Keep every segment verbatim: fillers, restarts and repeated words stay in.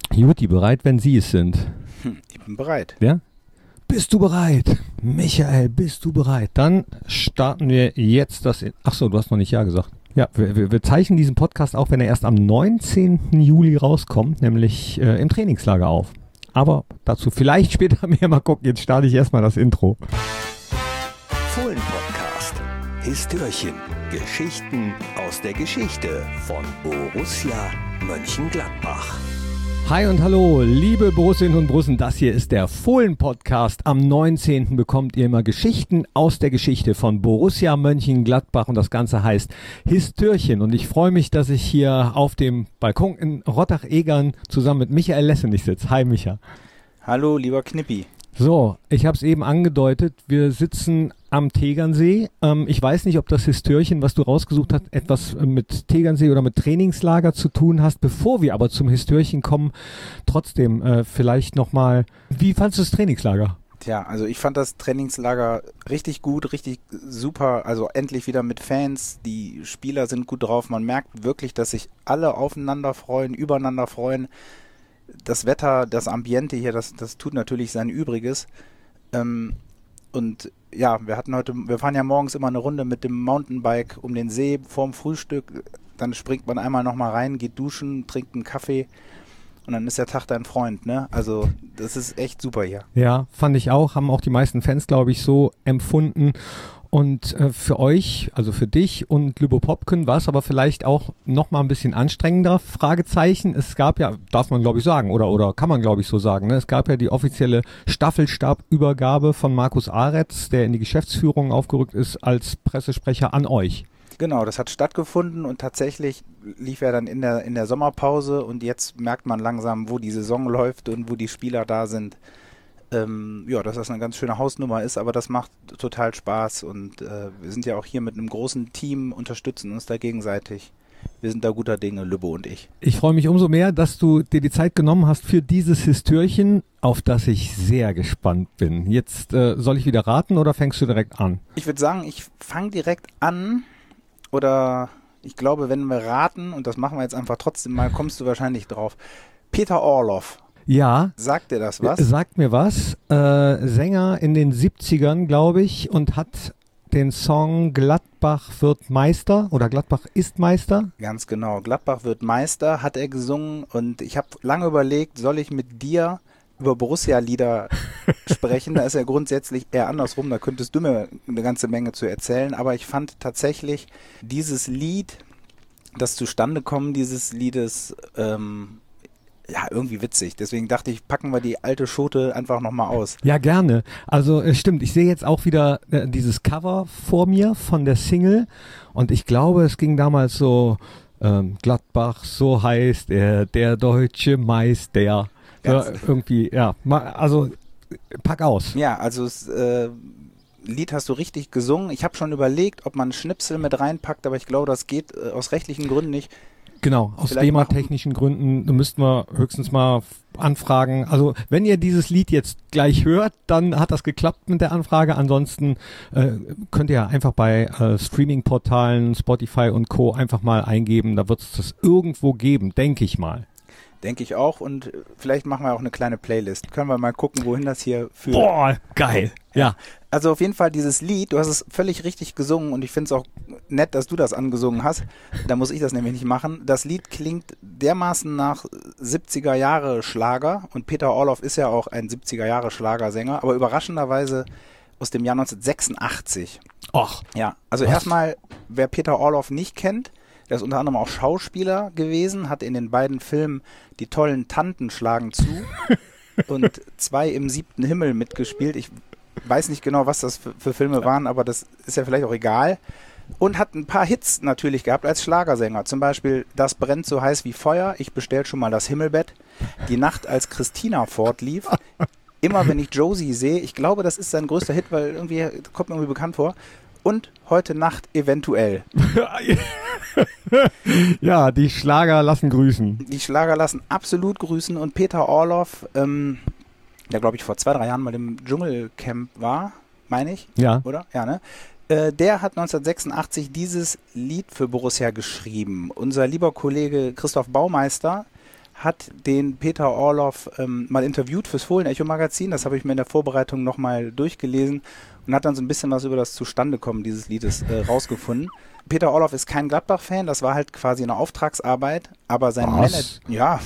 Juti, bereit, wenn Sie es sind? Hm, ich bin bereit. Ja? Bist du bereit? Michael, bist du bereit? Dann starten wir jetzt das... In- Ach so, du hast noch nicht Ja gesagt. Ja, wir, wir, wir zeichnen diesen Podcast auch, wenn er erst am neunzehnten Juli rauskommt, nämlich äh, im Trainingslager auf. Aber dazu vielleicht später mehr. Mal gucken, jetzt starte ich erstmal das Intro. Fohlen-Podcast. Histörchen. Geschichten aus der Geschichte von Borussia Mönchengladbach. Hi und hallo, liebe Borussinnen und Borussen, das hier ist der Fohlen-Podcast. Am neunzehnten bekommt ihr immer Geschichten aus der Geschichte von Borussia Mönchengladbach und das Ganze heißt Histörchen. Und ich freue mich, dass ich hier auf dem Balkon in Rottach-Egern zusammen mit Michael Lessenich sitze. Hi Micha. Hallo, lieber Knippi. So, ich habe es eben angedeutet, wir sitzen am Tegernsee. Ähm, ich weiß nicht, ob das Histörchen, was du rausgesucht hast, etwas mit Tegernsee oder mit Trainingslager zu tun hast. Bevor wir aber zum Histörchen kommen, trotzdem äh, vielleicht nochmal, wie fandest du das Trainingslager? Tja, also ich fand das Trainingslager richtig gut, richtig super. Also endlich wieder mit Fans. Die Spieler sind gut drauf. Man merkt wirklich, dass sich alle aufeinander freuen, übereinander freuen. Das Wetter, das Ambiente hier, das, das tut natürlich sein Übriges. Ähm, und ja, wir hatten heute, wir fahren ja morgens immer eine Runde mit dem Mountainbike um den See vorm Frühstück. Dann springt man einmal nochmal rein, geht duschen, trinkt einen Kaffee und dann ist der Tag dein Freund, ne? Also das ist echt super hier. Ja, fand ich auch, haben auch die meisten Fans, glaube ich, so empfunden. Und äh, für euch, also für dich und Lübbe Popken war es aber vielleicht auch noch mal ein bisschen anstrengender, Fragezeichen. Es gab ja, darf man glaube ich sagen, oder oder kann man glaube ich so sagen, ne? Es gab ja die offizielle Staffelstabübergabe von Markus Aretz, der in die Geschäftsführung aufgerückt ist, als Pressesprecher an euch. Genau, das hat stattgefunden und tatsächlich lief er dann in der, in der Sommerpause und jetzt merkt man langsam, wo die Saison läuft und wo die Spieler da sind. Ähm, ja, dass das eine ganz schöne Hausnummer ist, aber das macht total Spaß und äh, wir sind ja auch hier mit einem großen Team, unterstützen uns da gegenseitig. Wir sind da guter Dinge, Lübbe und ich. Ich freue mich umso mehr, dass du dir die Zeit genommen hast für dieses Histörchen, auf das ich sehr gespannt bin. Jetzt äh, soll ich wieder raten oder fängst du direkt an? Ich würde sagen, ich fange direkt an oder ich glaube, wenn wir raten, und das machen wir jetzt einfach trotzdem mal, kommst du wahrscheinlich drauf. Peter Orloff. Ja. Sagt dir das was? Sagt mir was. Äh, Sänger in den siebzigern, glaube ich, und hat den Song Gladbach wird Meister oder Gladbach ist Meister. Ganz genau. Gladbach wird Meister, hat er gesungen und ich habe lange überlegt, soll ich mit dir über Borussia-Lieder sprechen? Da ist ja grundsätzlich eher andersrum, da könntest du mir eine ganze Menge zu erzählen, aber ich fand tatsächlich dieses Lied, das Zustandekommen dieses Liedes, ähm, ja, irgendwie witzig. Deswegen dachte ich, packen wir die alte Schote einfach nochmal aus. Ja, gerne. Also äh, stimmt, ich sehe jetzt auch wieder äh, dieses Cover vor mir von der Single und ich glaube, es ging damals so, ähm, Gladbach, so heißt er, der deutsche Meister. Ja, irgendwie, ja, ma, also pack aus. Ja, also das äh, Lied hast du richtig gesungen. Ich habe schon überlegt, ob man Schnipsel mit reinpackt, aber ich glaube, das geht äh, aus rechtlichen Gründen nicht. Genau, aus GEMA-technischen Gründen müssten wir höchstens mal anfragen. Also wenn ihr dieses Lied jetzt gleich hört, dann hat das geklappt mit der Anfrage. Ansonsten äh, könnt ihr einfach bei äh, Streaming-Portalen, Spotify und Co. einfach mal eingeben. Da wird es das irgendwo geben, denke ich mal. Denke ich auch und vielleicht machen wir auch eine kleine Playlist. Können wir mal gucken, wohin das hier führt. Boah, geil. Ja. Also auf jeden Fall dieses Lied, du hast es völlig richtig gesungen und ich finde es auch nett, dass du das angesungen hast. Da muss ich das nämlich nicht machen. Das Lied klingt dermaßen nach siebziger Jahre Schlager und Peter Orloff ist ja auch ein siebziger Jahre Schlagersänger, aber überraschenderweise aus dem Jahr neunzehnhundertsechsundachtzig. Ach. Ja, also was? Erstmal, wer Peter Orloff nicht kennt, der ist unter anderem auch Schauspieler gewesen, hat in den beiden Filmen Die tollen Tanten schlagen zu und zwei im siebten Himmel mitgespielt. Ich weiß nicht genau, was das für, für Filme waren, aber das ist ja vielleicht auch egal. Und hat ein paar Hits natürlich gehabt als Schlagersänger. Zum Beispiel Das brennt so heiß wie Feuer, Ich bestell schon mal das Himmelbett, Die Nacht, als Christina fortlief, Immer wenn ich Josie sehe. Ich glaube, das ist sein größter Hit, weil irgendwie kommt mir irgendwie bekannt vor. Und Heute Nacht eventuell. Ja, die Schlager lassen grüßen. Die Schlager lassen absolut grüßen und Peter Orloff, ähm, der glaube ich vor zwei, drei Jahren mal im Dschungelcamp war, meine ich, Ja. oder? Ja, ne? Äh, der hat neunzehnhundertsechsundachtzig dieses Lied für Borussia geschrieben. Unser lieber Kollege Christoph Baumeister hat den Peter Orloff ähm, mal interviewt fürs Fohlen-Echo-Magazin. Das habe ich mir in der Vorbereitung nochmal durchgelesen und hat dann so ein bisschen was über das Zustandekommen dieses Liedes äh, rausgefunden. Peter Orloff ist kein Gladbach-Fan, das war halt quasi eine Auftragsarbeit, aber sein Manager, ja,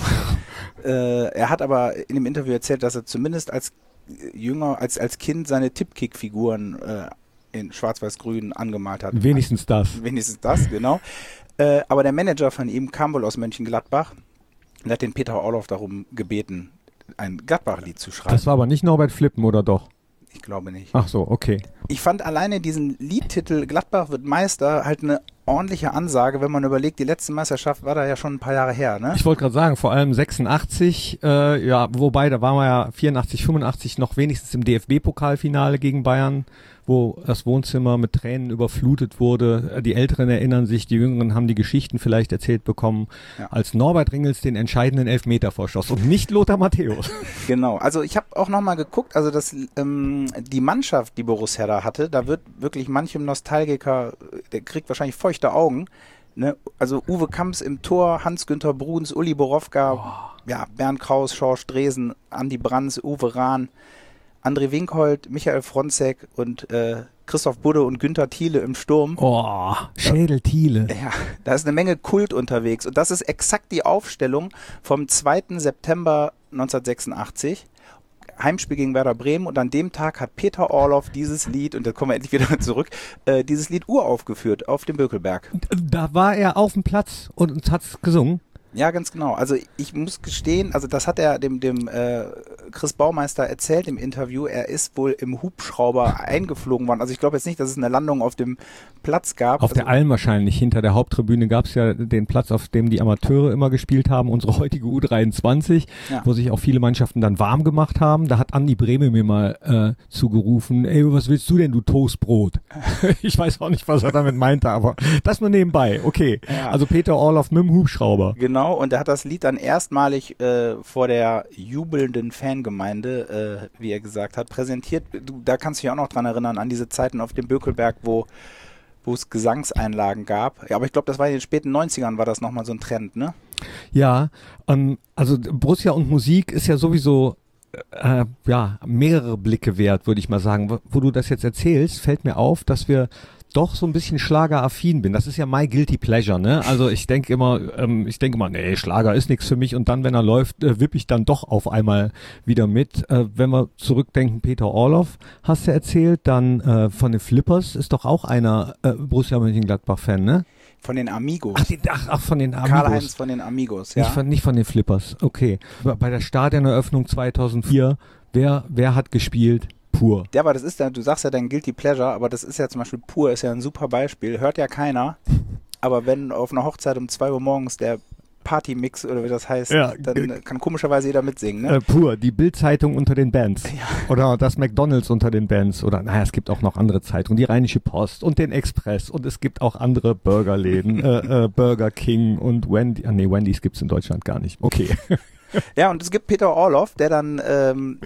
äh, er hat aber in dem Interview erzählt, dass er zumindest als Jünger, als, als Kind seine Tippkick-Figuren äh, in Schwarz-Weiß-Grün angemalt hat. Wenigstens das. Wenigstens das, genau. Äh, aber der Manager von ihm kam wohl aus Mönchengladbach und hat den Peter Orloff darum gebeten, ein Gladbach-Lied zu schreiben. Das war aber nicht Norbert Flippen, oder doch? Ich glaube nicht. Ach so, okay. Ich fand alleine diesen Liedtitel Gladbach wird Meister halt eine ordentliche Ansage, wenn man überlegt, die letzte Meisterschaft war da ja schon ein paar Jahre her, ne? Ich wollte gerade sagen, vor allem sechsundachtzig, äh, ja, wobei, da waren wir ja vierundachtzig, fünfundachtzig noch wenigstens im D F B-Pokalfinale gegen Bayern, wo das Wohnzimmer mit Tränen überflutet wurde. Die Älteren erinnern sich, die Jüngeren haben die Geschichten vielleicht erzählt bekommen, ja, als Norbert Ringels den entscheidenden Elfmeter vorschoss und nicht Lothar Matthäus. Genau, also ich habe auch nochmal geguckt, also das, ähm, die Mannschaft, die Borussia da hatte, da wird wirklich manchem Nostalgiker, der kriegt wahrscheinlich feuchte Augen, ne? Also Uwe Kamps im Tor, Hans-Günther Bruns, Uli Borowka, oh. ja, Bernd Kraus, Schorsch Dresen, Andi Brands, Uwe Rahn, André Winkhold, Michael Fronzek und äh, Christoph Budde und Günther Thiele im Sturm. Oh, Schädel Thiele. Ja, da ist eine Menge Kult unterwegs. Und das ist exakt die Aufstellung vom zweiten September neunzehnhundertsechsundachtzig. Heimspiel gegen Werder Bremen. Und an dem Tag hat Peter Orloff dieses Lied, und da kommen wir endlich wieder zurück, äh, dieses Lied uraufgeführt auf dem Bökelberg. Da war er auf dem Platz und hat es gesungen. Ja, ganz genau. Also ich muss gestehen, also das hat er dem, dem äh, Chris Baumeister erzählt im Interview, er ist wohl im Hubschrauber eingeflogen worden. Also ich glaube jetzt nicht, dass es eine Landung auf dem Platz gab. Auf also der Alm wahrscheinlich. Hinter der Haupttribüne gab es ja den Platz, auf dem die Amateure immer gespielt haben, unsere heutige U dreiundzwanzig, ja, wo sich auch viele Mannschaften dann warm gemacht haben. Da hat Andi Brehme mir mal äh, zugerufen, ey, was willst du denn, du Toastbrot? Ich weiß auch nicht, was er damit meinte, aber das nur nebenbei. Okay, ja. Also Peter Orloff mit dem Hubschrauber. Genau. Und er hat das Lied dann erstmalig äh, vor der jubelnden Fangemeinde, äh, wie er gesagt hat, präsentiert. Du, da kannst du dich auch noch dran erinnern, an diese Zeiten auf dem Bökelberg, wo wo es Gesangseinlagen gab. Ja, aber ich glaube, das war in den späten neunzigern, war das nochmal so ein Trend, ne? Ja, ähm, also Borussia und Musik ist ja sowieso äh, ja mehrere Blicke wert, würde ich mal sagen. Wo, wo du das jetzt erzählst, fällt mir auf, dass wir doch so ein bisschen schlageraffin bin. Das ist ja my guilty pleasure, ne? Also ich denke immer, ähm, ich denke immer, nee, Schlager ist nichts für mich und dann, wenn er läuft, äh, wippe ich dann doch auf einmal wieder mit. Äh, wenn wir zurückdenken, Peter Orloff, hast du erzählt, dann äh, von den Flippers ist doch auch einer äh, Borussia Mönchengladbach-Fan, ne? Von den Amigos. Ach, die, ach, ach, von den Amigos. Karl-Heinz von den Amigos, ja. Nicht von, nicht von den Flippers, okay. Bei der Stadioneröffnung zweitausendvier, wer, wer hat gespielt? Pur. Ja, aber das ist ja, du sagst ja dein Guilty Pleasure, aber das ist ja zum Beispiel Pur, ist ja ein super Beispiel. Hört ja keiner, aber wenn auf einer Hochzeit um zwei Uhr morgens der Partymix oder wie das heißt, ja, dann kann komischerweise jeder mitsingen, ne? Äh, Pur, die Bild-Zeitung unter den Bands. Ja. Oder das McDonalds unter den Bands. Oder naja, es gibt auch noch andere Zeitungen, die Rheinische Post und den Express und es gibt auch andere Burgerläden, äh, äh, Burger King und Wendy. Ah nee, Wendy's gibt's in Deutschland gar nicht. Okay. Ja, und es gibt Peter Orloff, der dann ähm,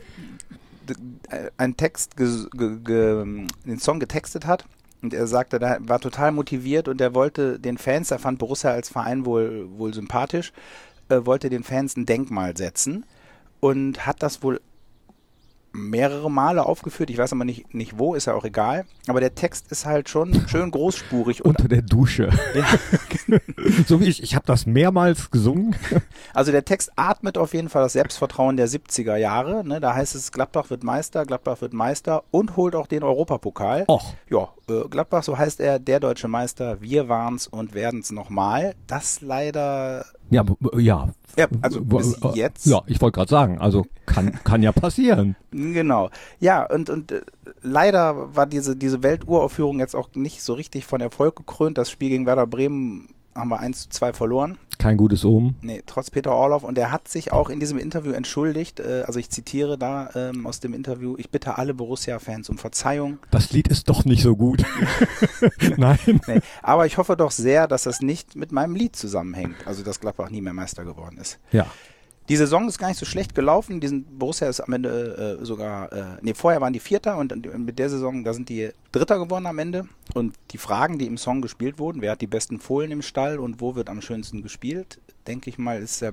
einen Text, ge, ge, ge, den Song getextet hat und er sagte, er war total motiviert und er wollte den Fans, er fand Borussia als Verein wohl, wohl sympathisch, äh, wollte den Fans ein Denkmal setzen und hat das wohl mehrere Male aufgeführt, ich weiß aber nicht, nicht wo, ist ja auch egal, aber der Text ist halt schon schön großspurig. Unter der Dusche. Ja. So wie ich, ich habe das mehrmals gesungen. Also der Text atmet auf jeden Fall das Selbstvertrauen der siebziger Jahre, ne? Da heißt es, Gladbach wird Meister, Gladbach wird Meister und holt auch den Europapokal. Och. Ja, äh, Gladbach, so heißt er, der deutsche Meister, wir waren's und werden's nochmal. Das leider... Ja, ja. Ja, also bis jetzt. Ja, ich wollte gerade sagen, also kann, kann ja passieren. Genau. Ja, und, und äh, leider war diese, diese Welturaufführung jetzt auch nicht so richtig von Erfolg gekrönt. Das Spiel gegen Werder Bremen haben wir eins zu zwei verloren. Kein gutes Omen. Nee, trotz Peter Orloff. Und er hat sich auch in diesem Interview entschuldigt. Äh, also ich zitiere da ähm, aus dem Interview, ich bitte alle Borussia-Fans um Verzeihung. Das Lied ist doch nicht so gut. Nein. Nee, aber ich hoffe doch sehr, dass das nicht mit meinem Lied zusammenhängt. Also dass Gladbach nie mehr Meister geworden ist. Ja. Die Saison ist gar nicht so schlecht gelaufen. Diesen Borussia ist am Ende äh, sogar, äh, nee, vorher waren die Vierter und mit der Saison, da sind die Dritter geworden am Ende. Und die Fragen, die im Song gespielt wurden, wer hat die besten Fohlen im Stall und wo wird am schönsten gespielt, denke ich mal, ist der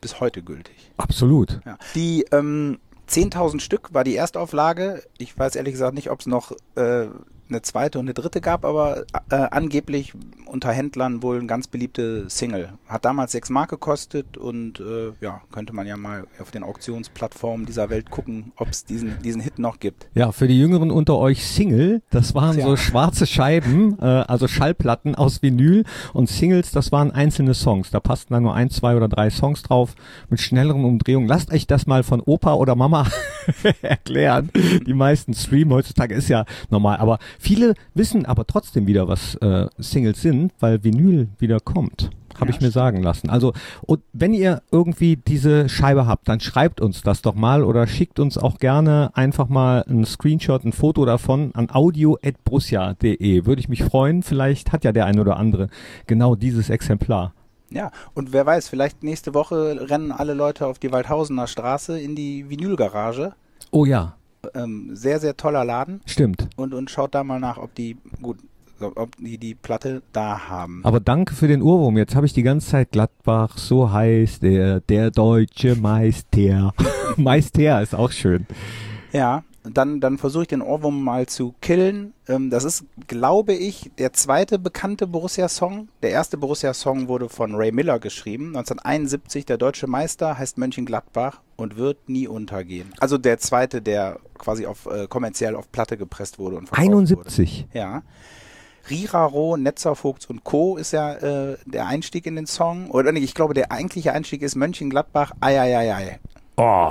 bis heute gültig. Absolut. Ja. Die ähm, zehntausend Stück war die Erstauflage. Ich weiß ehrlich gesagt nicht, ob es noch äh, eine zweite und eine dritte gab, aber äh, angeblich unter Händlern wohl eine ganz beliebte Single. Hat damals sechs Mark gekostet und äh, ja, könnte man ja mal auf den Auktionsplattformen dieser Welt gucken, ob es diesen, diesen Hit noch gibt. Ja, für die Jüngeren unter euch Single, das waren Tja. so schwarze Scheiben, äh, also Schallplatten aus Vinyl, und Singles, das waren einzelne Songs. Da passten dann nur ein, zwei oder drei Songs drauf mit schnelleren Umdrehungen. Lasst euch das mal von Opa oder Mama erklären. Die meisten streamen heutzutage, ist ja normal, aber viele wissen aber trotzdem wieder, was äh, Singles sind, weil Vinyl wieder kommt. Habe Ja, ich mir sagen lassen. Also, und wenn ihr irgendwie diese Scheibe habt, dann schreibt uns das doch mal oder schickt uns auch gerne einfach mal ein Screenshot, ein Foto davon an audio at borussia punkt de. Würde ich mich freuen. Vielleicht hat ja der ein oder andere genau dieses Exemplar. Ja, und wer weiß, vielleicht nächste Woche rennen alle Leute auf die Waldhausener Straße in die Vinylgarage. Oh ja, Ähm, sehr, sehr toller Laden. stimmt. Und, und schaut da mal nach, ob die, gut, ob die die Platte da haben. Aber danke für den Ohrwurm. Jetzt habe ich die ganze Zeit Gladbach, so heißt der, der deutsche Meister. Meister ist auch schön. Ja, dann, dann versuche ich den Ohrwurm mal zu killen. Ähm, das ist, glaube ich, der zweite bekannte Borussia-Song. Der erste Borussia-Song wurde von Ray Miller geschrieben. neunzehnhunderteinundsiebzig, der deutsche Meister, heißt Mönchengladbach und wird nie untergehen. Also der zweite, der quasi auf äh, kommerziell auf Platte gepresst wurde und verkauft einundsiebzig. wurde. Ja. Riraro, Netzer, Vogts und Co. ist ja äh, der Einstieg in den Song. Oder nee, ich glaube, der eigentliche Einstieg ist Mönchengladbach, ei, ei, ei, ei. Oh,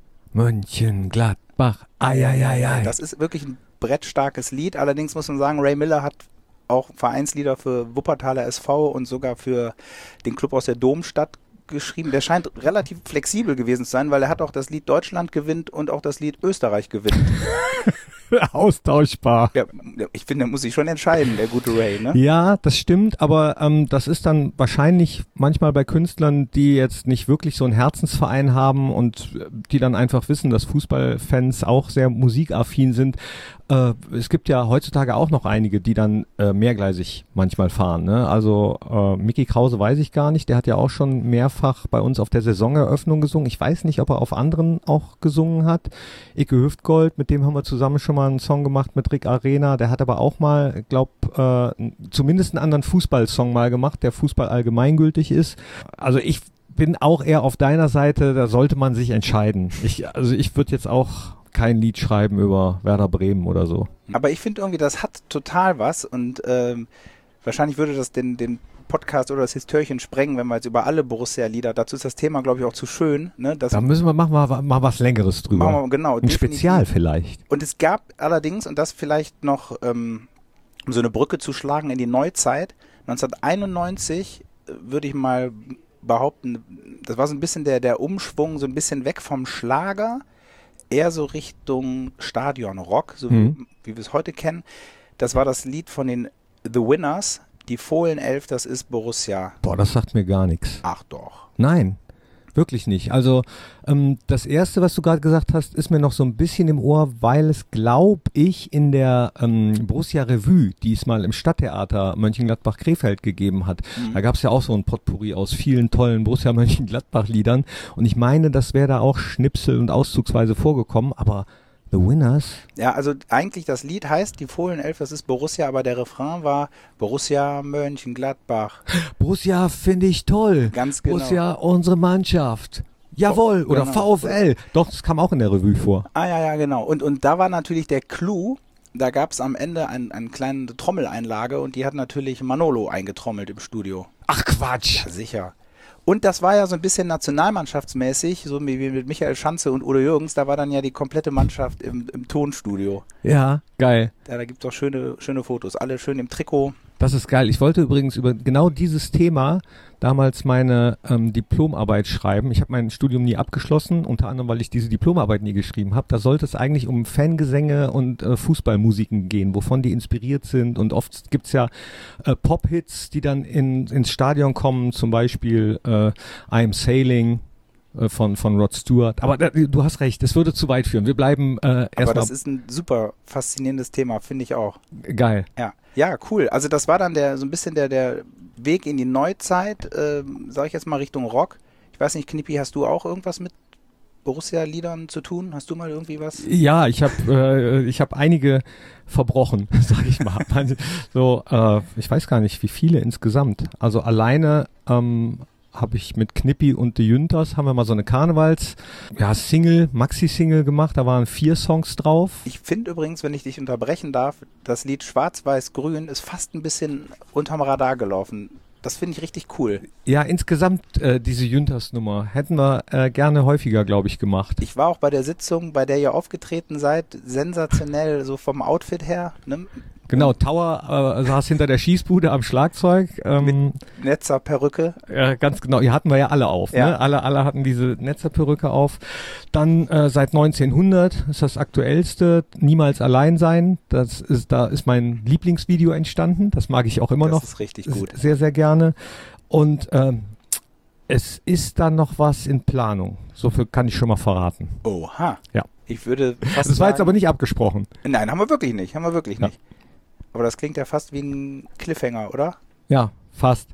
Mönchengladbach, ei, ei, ei, ei. Das ist wirklich ein brettstarkes Lied. Allerdings muss man sagen, Ray Miller hat auch Vereinslieder für Wuppertaler S V und sogar für den Club aus der Domstadt geschrieben. Der scheint relativ flexibel gewesen zu sein, weil er hat auch das Lied Deutschland gewinnt und auch das Lied Österreich gewinnt. Austauschbar. Ja, ich finde, der muss sich schon entscheiden, der gute Ray, ne? Ja, das stimmt, aber ähm, das ist dann wahrscheinlich manchmal bei Künstlern, die jetzt nicht wirklich so einen Herzensverein haben und äh, die dann einfach wissen, dass Fußballfans auch sehr musikaffin sind. Äh, es gibt ja heutzutage auch noch einige, die dann äh, mehrgleisig manchmal fahren. Ne? Also äh, Micky Krause weiß ich gar nicht, der hat ja auch schon mehrfach bei uns auf der Saisoneröffnung gesungen. Ich weiß nicht, ob er auf anderen auch gesungen hat. Icke Hüftgold, mit dem haben wir zusammen schon mal einen Song gemacht mit Rick Arena. Der hat aber auch mal, glaub, äh, zumindest einen anderen Fußballsong mal gemacht, der Fußball allgemeingültig ist. Also ich bin auch eher auf deiner Seite, da sollte man sich entscheiden. Ich, also ich würde jetzt auch kein Lied schreiben über Werder Bremen oder so. Aber ich finde irgendwie, das hat total was und ähm, wahrscheinlich würde das den, den Podcast oder das Histörchen sprengen, wenn wir jetzt über alle Borussia-Lieder, dazu ist das Thema, glaube ich, auch zu schön. Ne? Das Da müssen wir, machen wir mal was Längeres drüber. machen wir, genau, Ein Spezial vielleicht. Und es gab allerdings, und das vielleicht noch, ähm, um so eine Brücke zu schlagen in die Neuzeit, neunzehnhunderteinundneunzig äh, würde ich mal behaupten, das war so ein bisschen der, der Umschwung, so ein bisschen weg vom Schlager, eher so Richtung Stadionrock, so Mhm. wie, wie wir es heute kennen. Das war das Lied von den The Winners, die Fohlenelf, das ist Borussia. Boah, das sagt mir gar nichts. Ach doch. Nein, wirklich nicht. Also ähm, das Erste, was du gerade gesagt hast, ist mir noch so ein bisschen im Ohr, weil es, glaube ich, in der ähm, Borussia Revue, die es mal im Stadttheater Mönchengladbach-Krefeld gegeben hat, Mhm. da gab es ja auch so ein Potpourri aus vielen tollen Borussia Mönchengladbach-Liedern und ich meine, das wäre da auch schnipsel- und auszugsweise vorgekommen, aber The Winners? Ja, also eigentlich das Lied heißt die Fohlenelf, das ist Borussia, aber der Refrain war Borussia Mönchengladbach. Borussia finde ich toll. Ganz genau. Borussia, unsere Mannschaft. Jawohl, oder Genau. VfL. Doch, das kam auch in der Revue vor. Ah ja, ja, genau. Und, und da war natürlich der Clou, da gab es am Ende ein, eine kleine Trommeleinlage und die hat natürlich Manolo eingetrommelt im Studio. Ach Quatsch. Ja, sicher. Und das war ja so ein bisschen nationalmannschaftsmäßig, so wie wie mit Michael Schanze und Udo Jürgens, da war dann ja die komplette Mannschaft im, im Tonstudio. Ja, geil. Ja, da gibt es auch schöne, schöne Fotos, alle schön im Trikot. Das ist geil. Ich wollte übrigens über genau dieses Thema damals meine ähm, Diplomarbeit schreiben. Ich habe mein Studium nie abgeschlossen, unter anderem, weil ich diese Diplomarbeit nie geschrieben habe. Da sollte es eigentlich um Fangesänge und äh, Fußballmusiken gehen, wovon die inspiriert sind. Und oft gibt's ja äh, Pop-Hits, die dann in, ins Stadion kommen, zum Beispiel äh, I'm Sailing äh, von, von Rod Stewart. Aber äh, du hast recht, es würde zu weit führen. Wir bleiben äh, Aber erstmal das ist ein super faszinierendes Thema, finde ich auch. geil. Ja, ja, cool. Also das war dann der so ein bisschen der, der Weg in die Neuzeit, ähm, sage ich jetzt mal Richtung Rock. Ich weiß nicht, Knippi, hast du auch irgendwas mit Borussia-Liedern zu tun? Hast du mal irgendwie was? Ja, ich habe äh, ich hab einige verbrochen, sag ich mal. Also, so, äh, ich weiß gar nicht, wie viele insgesamt. Also alleine ähm, habe ich mit Knippi und The Jünters haben wir mal so eine Karnevals, ja, Single, Maxi-Single gemacht, da waren vier Songs drauf. Ich finde übrigens, wenn ich dich unterbrechen darf, das Lied Schwarz-Weiß-Grün ist fast ein bisschen unterm Radar gelaufen. Das finde ich richtig cool. Ja, insgesamt äh, diese Jünters-Nummer hätten wir äh, gerne häufiger, glaube ich, gemacht. Ich war auch bei der Sitzung, bei der ihr aufgetreten seid, sensationell, so vom Outfit her. Ne? Genau, Tower äh, saß hinter der Schießbude am Schlagzeug. Ähm, Mit Netzerperücke. Ja, ganz genau. Die hatten wir ja alle auf. Ja. Ne? Alle, alle hatten diese Netzerperücke auf. Dann äh, seit neunzehnhundert ist das aktuellste, Niemals allein sein. Das ist, da ist mein Lieblingsvideo entstanden. Das mag ich auch immer Das noch. ist richtig gut. Sehr, sehr gerne. Und ähm, es ist dann noch was in Planung. So viel kann ich schon mal verraten. Oha. Ja. Ich würde fast Das war jetzt sagen- aber nicht abgesprochen. Nein, haben wir wirklich nicht. Haben wir wirklich Ja. nicht. Aber das klingt ja fast wie ein Cliffhanger, oder? Ja, fast.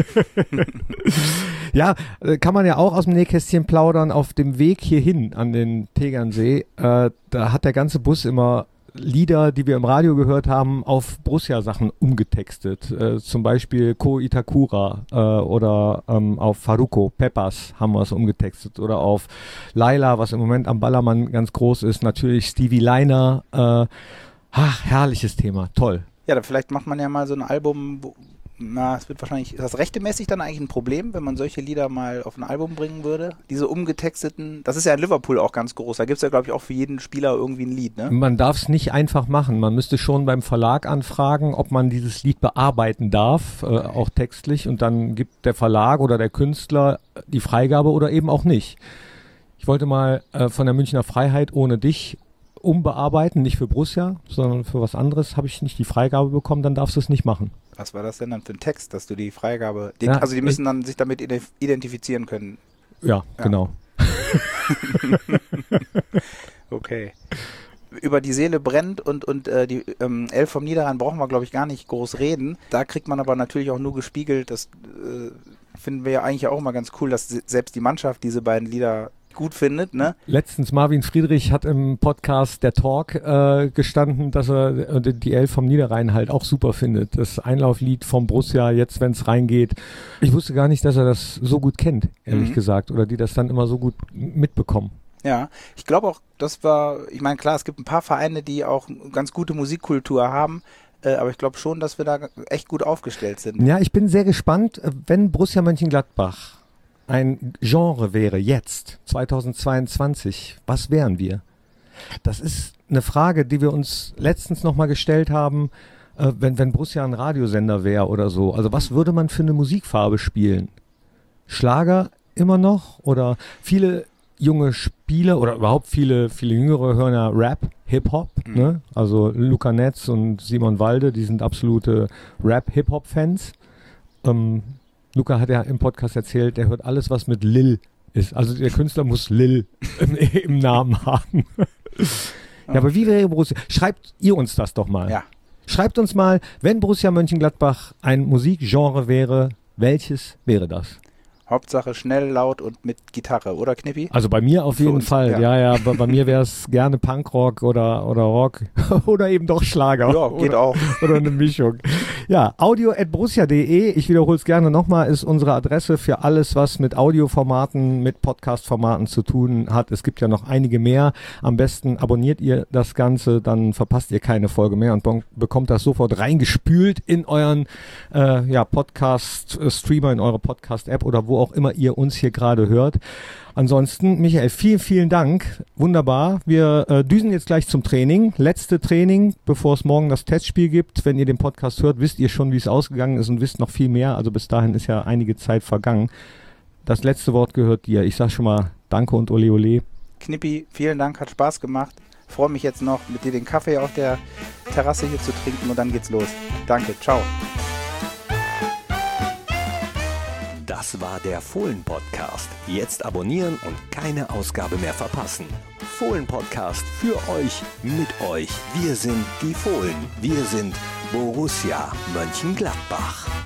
Ja, äh, kann man ja auch aus dem Nähkästchen plaudern. Auf dem Weg hierhin an den Tegernsee, äh, da hat der ganze Bus immer Lieder, die wir im Radio gehört haben, auf Borussia-Sachen umgetextet. Äh, zum Beispiel Ko Itakura äh, oder ähm, auf Faruko, Peppers haben wir es umgetextet. Oder auf Laila, was im Moment am Ballermann ganz groß ist. Natürlich Stevie Leiner. Äh, ach, herrliches Thema, toll. Ja, dann vielleicht macht man ja mal so ein Album, wo, na, es wird wahrscheinlich, ist das rechtemäßig dann eigentlich ein Problem, wenn man solche Lieder mal auf ein Album bringen würde? Diese umgetexteten, das ist ja in Liverpool auch ganz groß, da gibt es ja, glaube ich, auch für jeden Spieler irgendwie ein Lied, ne? Man darf es nicht einfach machen. Man müsste schon beim Verlag anfragen, ob man dieses Lied bearbeiten darf, äh, auch textlich. Und dann gibt der Verlag oder der Künstler die Freigabe oder eben auch nicht. Ich wollte mal äh, von der Münchner Freiheit ohne dich umbearbeiten, nicht für Borussia, sondern für was anderes. Habe ich nicht die Freigabe bekommen, dann darfst du es nicht machen. Was war das denn dann für ein Text, dass du die Freigabe, den, Ja, also die müssen dann sich damit ide- identifizieren können? Ja, Ja. genau. Okay. Über die Seele brennt und, und äh, die ähm, Elf vom Niederrhein brauchen wir, glaube ich, gar nicht groß reden. Da kriegt man aber natürlich auch nur gespiegelt, das äh, finden wir ja eigentlich auch immer ganz cool, dass se- selbst die Mannschaft diese beiden Lieder gut findet, ne? Letztens Marvin Friedrich hat im Podcast Der Talk äh, gestanden, dass er äh, die Elf vom Niederrhein halt auch super findet. Das Einlauflied vom Borussia, jetzt wenn es reingeht. Ich wusste gar nicht, dass er das so gut kennt, ehrlich Mhm. gesagt. Oder die das dann immer so gut mitbekommen. Ja, ich glaube auch, das war, ich meine, klar, es gibt ein paar Vereine, die auch ganz gute Musikkultur haben, äh, aber ich glaube schon, dass wir da echt gut aufgestellt sind. Ja, ich bin sehr gespannt, äh, wenn Borussia Mönchengladbach ein Genre wäre jetzt, zweitausendzweiundzwanzig, was wären wir? Das ist eine Frage, die wir uns letztens nochmal gestellt haben, äh, wenn, wenn Borussia ein Radiosender wäre oder so. Also was würde man für eine Musikfarbe spielen? Schlager immer noch? Oder viele junge Spieler oder überhaupt viele, viele Jüngere hören ja Rap, Hip-Hop, Mhm. ne? Also Luca Netz und Simon Walde, die sind absolute Rap-Hip-Hop-Fans. Ähm, Luca hat ja im Podcast erzählt, der hört alles, was mit Lil ist. Also der Künstler muss Lil im, im Namen haben. Ja, aber wie wäre Borussia? Schreibt ihr uns das doch mal. Ja. Schreibt uns mal, wenn Borussia Mönchengladbach ein Musikgenre wäre, welches wäre das? Hauptsache schnell, laut und mit Gitarre, oder Knippi? Also bei mir auf Für jeden uns, Fall. ja. Ja, ja, bei, bei mir wäre es gerne Punkrock oder, oder Rock oder eben doch Schlager. Ja, geht oder, auch. Oder eine Mischung. Ja, audio at borussia punkt de, ich wiederhole es gerne nochmal, ist unsere Adresse für alles, was mit Audioformaten, mit Podcast-Formaten zu tun hat. Es gibt ja noch einige mehr. Am besten abonniert ihr das Ganze, dann verpasst ihr keine Folge mehr und be- bekommt das sofort reingespült in euren äh, ja, Podcast-Streamer, in eure Podcast-App oder wo auch immer ihr uns hier gerade hört. Ansonsten, Michael, vielen, vielen Dank. Wunderbar. Wir äh, düsen jetzt gleich zum Training. Letzte Training, bevor es morgen das Testspiel gibt. Wenn ihr den Podcast hört, wisst ihr schon, wie es ausgegangen ist und wisst noch viel mehr. Also bis dahin ist ja einige Zeit vergangen. Das letzte Wort gehört dir. Ich sag schon mal Danke und Ole Ole. Knippi, vielen Dank, hat Spaß gemacht. Freue mich jetzt noch, mit dir den Kaffee auf der Terrasse hier zu trinken und dann geht's los. Danke, ciao. Das war der Fohlen-Podcast. Jetzt abonnieren und keine Ausgabe mehr verpassen. Fohlen-Podcast für euch, mit euch. Wir sind die Fohlen. Wir sind Borussia Mönchengladbach.